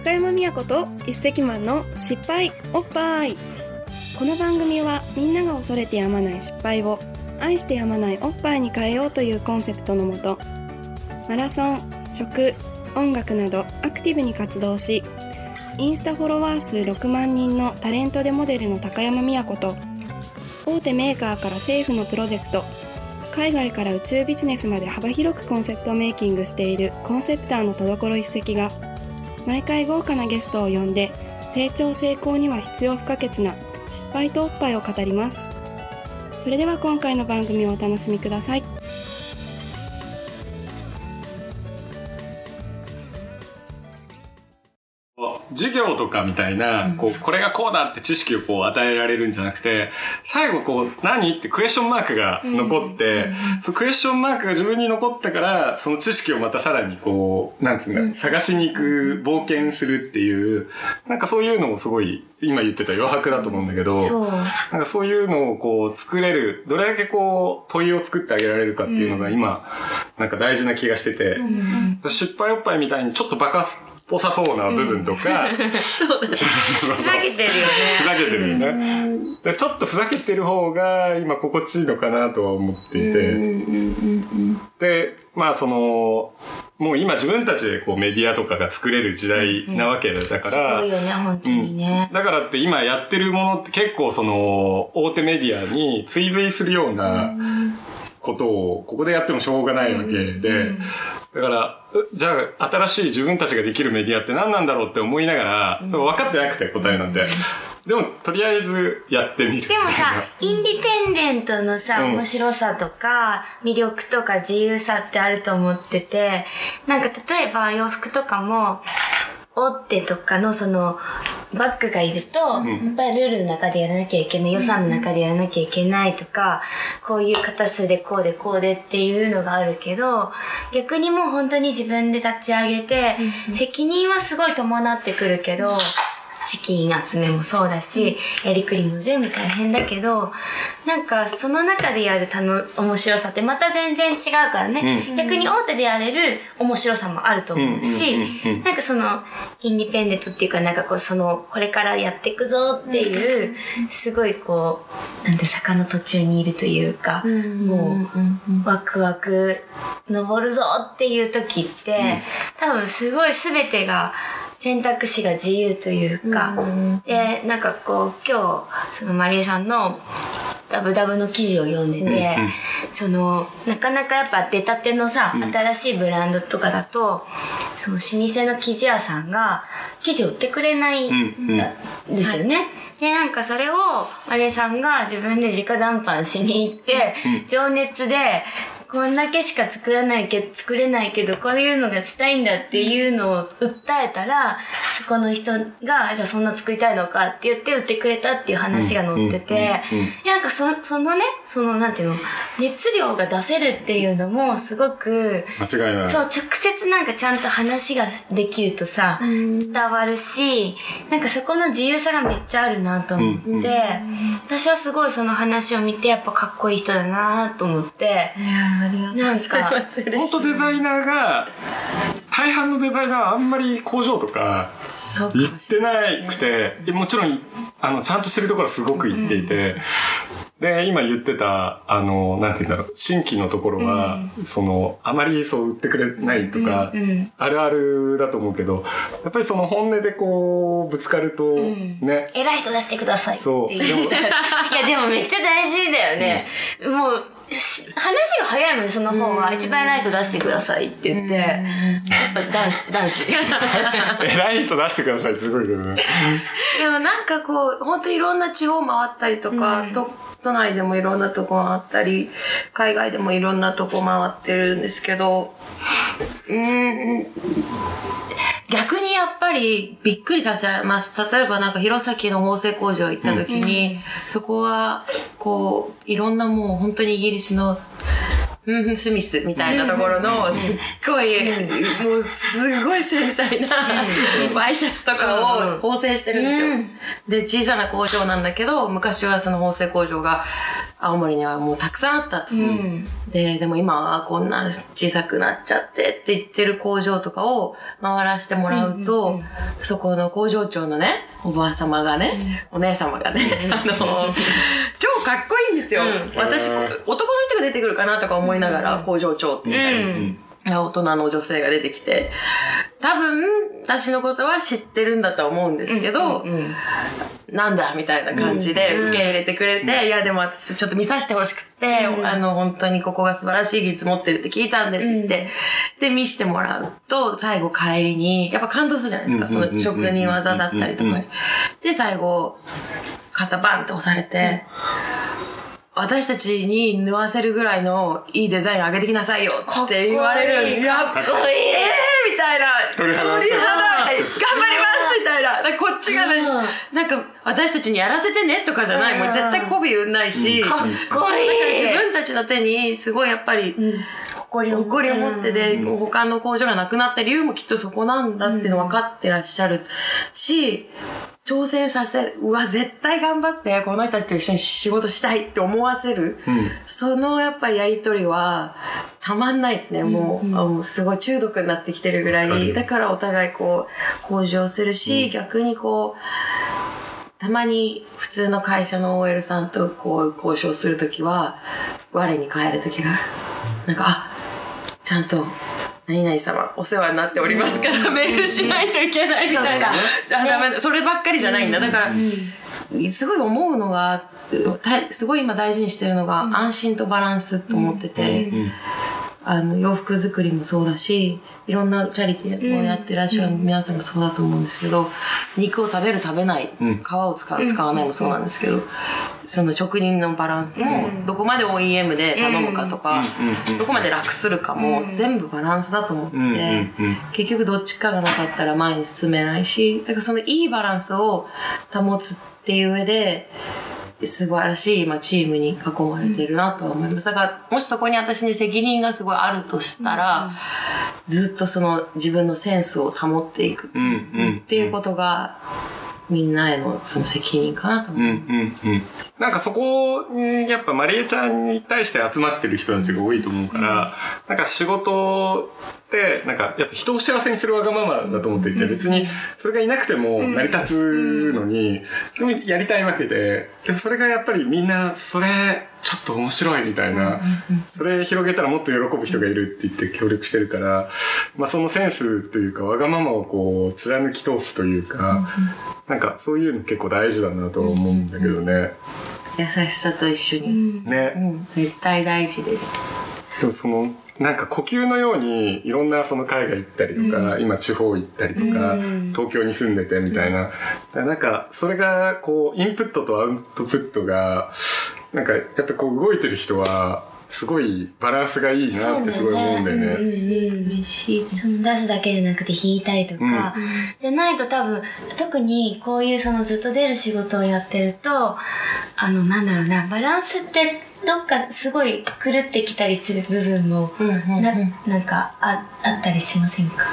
高山美也子と一石マンの失敗おっぱい。この番組はみんなが恐れてやまない失敗を愛してやまないおっぱいに変えようというコンセプトのもと、マラソン、食、音楽などアクティブに活動し、インスタフォロワー数6万人のタレントでモデルの高山美也子と、大手メーカーから政府のプロジェクト、海外から宇宙ビジネスまで幅広くコンセプトメイキングしているコンセプターの戸所一石が、毎回豪華なゲストを呼んで成長成功には必要不可欠な失敗とおっぱいを語ります。それでは今回の番組をお楽しみください。 授業とかみたいな、これがこうだって知識を与えられるんじゃなくて、最後何ってクエスチョンマークが残って、そのクエスチョンマークが自分に残ったから、その知識をまたさらになんていうんだ、探しに行く、冒険するっていう、なんかそういうのもすごい、今言ってた余白だと思うんだけど、なんかそういうのを作れる、どれだけ問いを作ってあげられるかっていうのが今、なんか大事な気がしてて、失敗おっぱいみたいにちょっとバカっぽさそうな部分とか、 そうだね。ふざけてるよね。 ふざけてるよね。ちょっとふざけてる方が今心地いいのかなとは思っていて、で、まあもう今自分たちでメディアとかが作れる時代なわけだから、 すごいよね、本当にね。 だからって今やってるものって結構大手メディアに追随するようなことをここでやってもしょうがないわけで、だからじゃあ新しい自分たちができるメディアって何なんだろうって思いながら、分かってなくて答えなんて、でもとりあえずやってみる。 でもさ、インディペンデントのさ、面白さとか魅力とか自由さってあると思ってて、なんか例えば洋服とかも大手とかのバッグがいると、やっぱりルールの中でやらなきゃいけない、予算の中でやらなきゃいけないとか、こういう型数でこうでこうでっていうのがあるけど、逆にもう本当に自分で立ち上げて、責任はすごい伴ってくるけど、資金集めもそうだし、やりくりも全部大変だけど、なんかその中でやる面白さってまた全然違うからね、逆に大手でやれる面白さもあると思うし、なんかインディペンデントっていうか、なんかこれからやっていくぞっていう、すごいなんて坂の途中にいるというか、もうワクワク登るぞっていう時って、多分すごい全てが選択肢が自由というか、で、なんか今日、マリエさんのダブダブの記事を読んでて、なかなかやっぱ出たてのさ、新しいブランドとかだと、老舗の生地屋さんが生地を売ってくれないんですよね。で、なんかそれをマリエさんが自分で直談判しに行って、情熱で、こんだけしか作れないけど、こういうのがしたいんだっていうのを訴えたら、そこの人が、じゃあそんな作りたいのかって言って売ってくれたっていう話が載ってて、なんかなんていうの、熱量が出せるっていうのもすごく、 間違いない。 そう、直接なんかちゃんと話ができるとさ、伝わるし、なんかそこの自由さがめっちゃあるなと思って、私はすごいその話を見て、やっぱかっこいい人だなと思って、なんか本当デザイナーが大半のデザイナーはあんまり工場とか行ってなくて、もちろんちゃんとしてるところはすごく行っていて、で今言ってたなんていうんだろう、新規のところは、あまり売ってくれないとか、あるあるだと思うけど、やっぱり本音でぶつかるとね、 偉い人出してくださいっていう。 そう。いやでもめっちゃ大事だよね。もう話が早いもんね、その方は。一番偉い人出してくださいって言って、やっぱ男子偉い人出してくださいってすごいけどね。 でもなんか本当にいろんな地方回ったりとか、都内でもいろんなとこ回ったり、海外でもいろんなとこ回ってるんですけど、逆にやっぱりびっくりさせられます。例えばなんか弘前の縫製工場行った時に、そこはいろんなもう本当にイギリスのスミスみたいなところのすっごい、もうすごい繊細なワイシャツとかを縫製してるんですよ。で、小さな工場なんだけど、昔はその縫製工場が青森にはもうたくさんあったと。でも今はこんな小さくなっちゃってって言ってる工場とかを回らせてもらうと、そこの工場長のね、おばあ様がね、お姉様がね、超かっこいいんですよ。私、男の人が出てくるかなとか思いながら、工場長って言ったり、大人の女性が出てきて、多分、私のことは知ってるんだとは思うんですけど、なんだみたいな感じで受け入れてくれて、いやでも私ちょっと見させてほしくって、本当にここが素晴らしい技術持ってるって聞いたんでって言って、で、見してもらうと、最後帰りに、やっぱ感動するじゃないですか、その職人技だったりとかに。で、最後、肩バンって押されて、私たちに縫わせるぐらいのいいデザイン上げてきなさいよって言われる。やっぱ、みたいな。鳥肌頑張りますみたいな。こっちがね、なんか私たちにやらせてねとかじゃない。もう絶対媚び売んないし。 かっこいい。 だから自分たちの手にすごいやっぱり、誇りを持ってで、他の工場がなくなった理由もきっとそこなんだっていうの分かってらっしゃるし、挑戦させる。うわ、絶対頑張って、この人たちと一緒に仕事したいって思わせる。そのやっぱりやりとりは、たまんないですね。もう、すごい中毒になってきてるぐらい。だからお互いこう、向上するし、逆にこう、たまに普通の会社の OL さんとこう、交渉するときは、我に返るときが、なんか、ちゃんと、何々様お世話になっておりますからメールしないといけないみたいな。そればっかりじゃないんだ。だから、すごい思うのが、すごい今大事にしてるのが、安心とバランスと思ってて、洋服作りもそうだし、いろんなチャリティーをやってらっしゃる皆さんもそうだと思うんですけど、肉を食べる食べない、皮を使う使わないもそうなんですけど、その職人のバランスも、どこまで OEM で頼むかとか、どこまで楽するかも全部バランスだと思って、結局どっちかがなかったら前に進めないし、だからそのいいバランスを保つっていう上で、素晴らしい今チームに囲まれてるなとは思います。だからもしそこに私に責任がすごいあるとしたら、ずっとその自分のセンスを保っていくっていうことがみんなへのその責任かなと思う。 なんかそこにやっぱマリエちゃんに対して集まってる人たちが多いと思うから、なんか仕事ってなんかやっぱ人を幸せにするわがままだと思っていて、別にそれがいなくても成り立つのにやりたいわけで、それがやっぱりみんなそれちょっと面白いみたいな、それ広げたらもっと喜ぶ人がいるって言って協力してるから、まあそのセンスというかわがままをこう貫き通すというか、なんかそういうの結構大事だなと思うんだけどね。 優しさと一緒に。 ね。 絶対大事です。 でもその、なんか呼吸のようにいろんなその海外行ったりとか、今地方行ったりとか、東京に住んでてみたいな。なんかそれがこうインプットとアウトプットが、なんかやっぱこう動いてる人は、すごいバランスがいいなってすごい思うんだよね。 嬉しいです。 その出すだけじゃなくて弾いたりとか、じゃないと多分、特にこういうそのずっと出る仕事をやってると、なんだろうな、バランスってどっかすごい狂ってきたりする部分も、なんかあったりしませんか？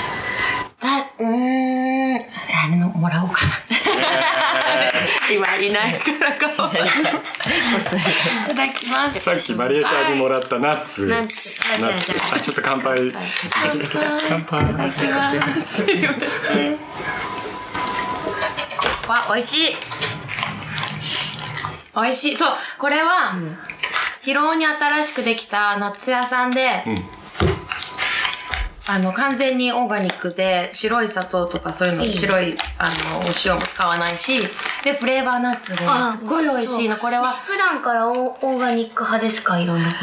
あれのもらおうかな。今いないからか。いただきます。 さっきマリエちゃんにもらったナッツ。ちょっと乾杯。乾杯。 いただきます。すいません。わ、美味しい。美味しい。そう、これは、広尾に新しくできたナッツ屋さんで、完全にオーガニックで、白い砂糖とかそういうの、白い、お塩も使わないし、で、フレーバーナッツがすっごい美味しいの。これは。 普段からオーガニック派ですか？いろんなこと。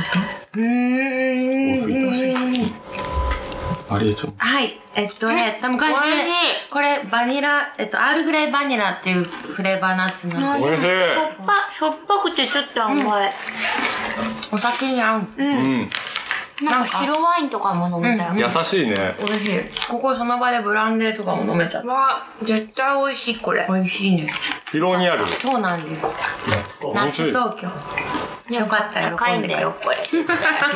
マリエちゃん。 はい。昔ね、これバニラ、アールグレイバニラっていうフレーバーナッツなんです。 おいしい。 しょっぱくてちょっと甘い。 お酒に合う。 なんか白ワインとかも飲めたよ。 優しいね。 美味しい。ここその場でブランデーとかも飲めちゃう。 わ、絶対美味しいこれ。 美味しいね。 広尾にある。 そうなんです。夏東京。よかったよ。 高いんだよこれ。すごい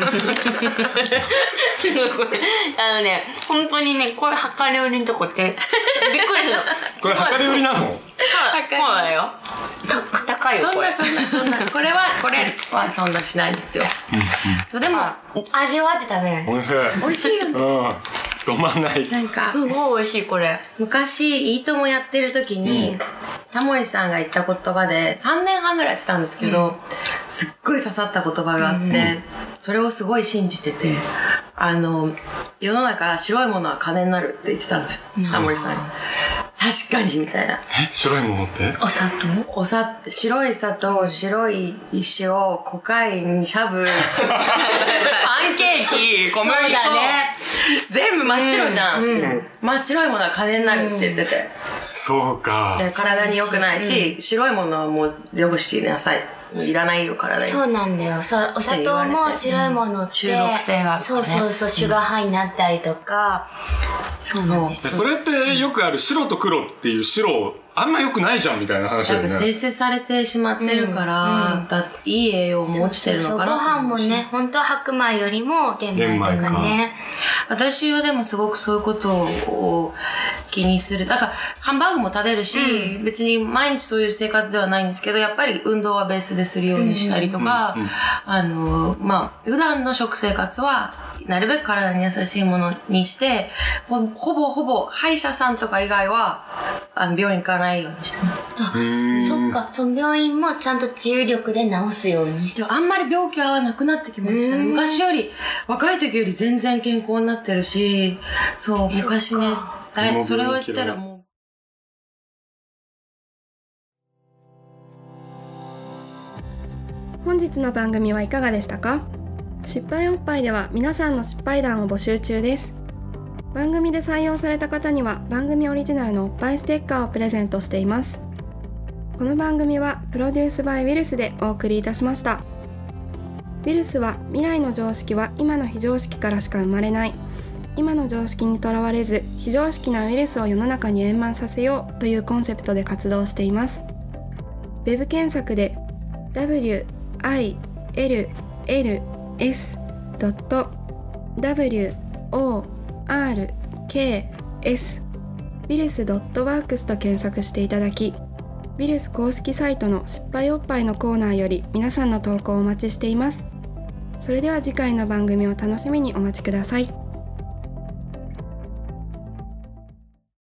これ。本当にね、これ量り売りのとこってびっくりするの。 これ量り売りなの？ そうだよ。高高いよこれ。 そんなこれはそんなしないんですよ。そうでも味わって食べない。 美味しいよね。 止まんない。 なんかすごい美味しいこれ。 昔いいともやってる時に、タモリさんが言った言葉で3年半ぐらいやってたんですけど、すっごい刺さった言葉があって、それをすごい信じてて、世の中白いものは金になるって言ってたんですよ、タモリさんに。確かにみたいな。 白いものって？ 白い砂糖、白い石をコカイン、シャブ、パンケーキ、小麦粉、全部真っ白じゃん。真っ白いものは金になるって言ってて。 そうか。 で体に良くないし、白いものはもう除去しなさい。いらないよ体に。 そうなんだよ。お砂糖も白いものって中毒性があるからね。 そうシュガーハイになったりとか。そうなんですよ。 それってよくある白と黒っていう白あんま良くないじゃんみたいな話だよね。 生成されてしまってるから、だっていい栄養も落ちてるのかな。 ご飯もね、本当は白米よりも玄米とかね。 私はでもすごくそういうことを気にする。だからハンバーグも食べるし、別に毎日そういう生活ではないんですけど、やっぱり運動はベースでするようにしたりとか、普段の食生活はなるべく体に優しいものにして、ほぼ歯医者さんとか以外は病院行かないようにしてます。 そっか、その病院もちゃんと治癒力で治すようにして。 あんまり病気はなくなってきました。昔より、若い時より全然健康になってるし、そう、昔ね、それを言ったらもう。 本日の番組はいかがでしたか？失敗おっぱいでは皆さんの失敗談を募集中です。番組で採用された方には番組オリジナルのおっぱいステッカーをプレゼントしています。この番組はプロデュースバイウィルスでお送りいたしました。ウィルスは未来の常識は今の非常識からしか生まれない。今の常識にとらわれず非常識なウイルスを世の中に円満させようというコンセプトで活動しています。ウェブ検索で wills.works ウィルス .works と検索していただき、ウィルス公式サイトの失敗おっぱいのコーナーより皆さんの投稿をお待ちしています。それでは次回の番組を楽しみにお待ちください。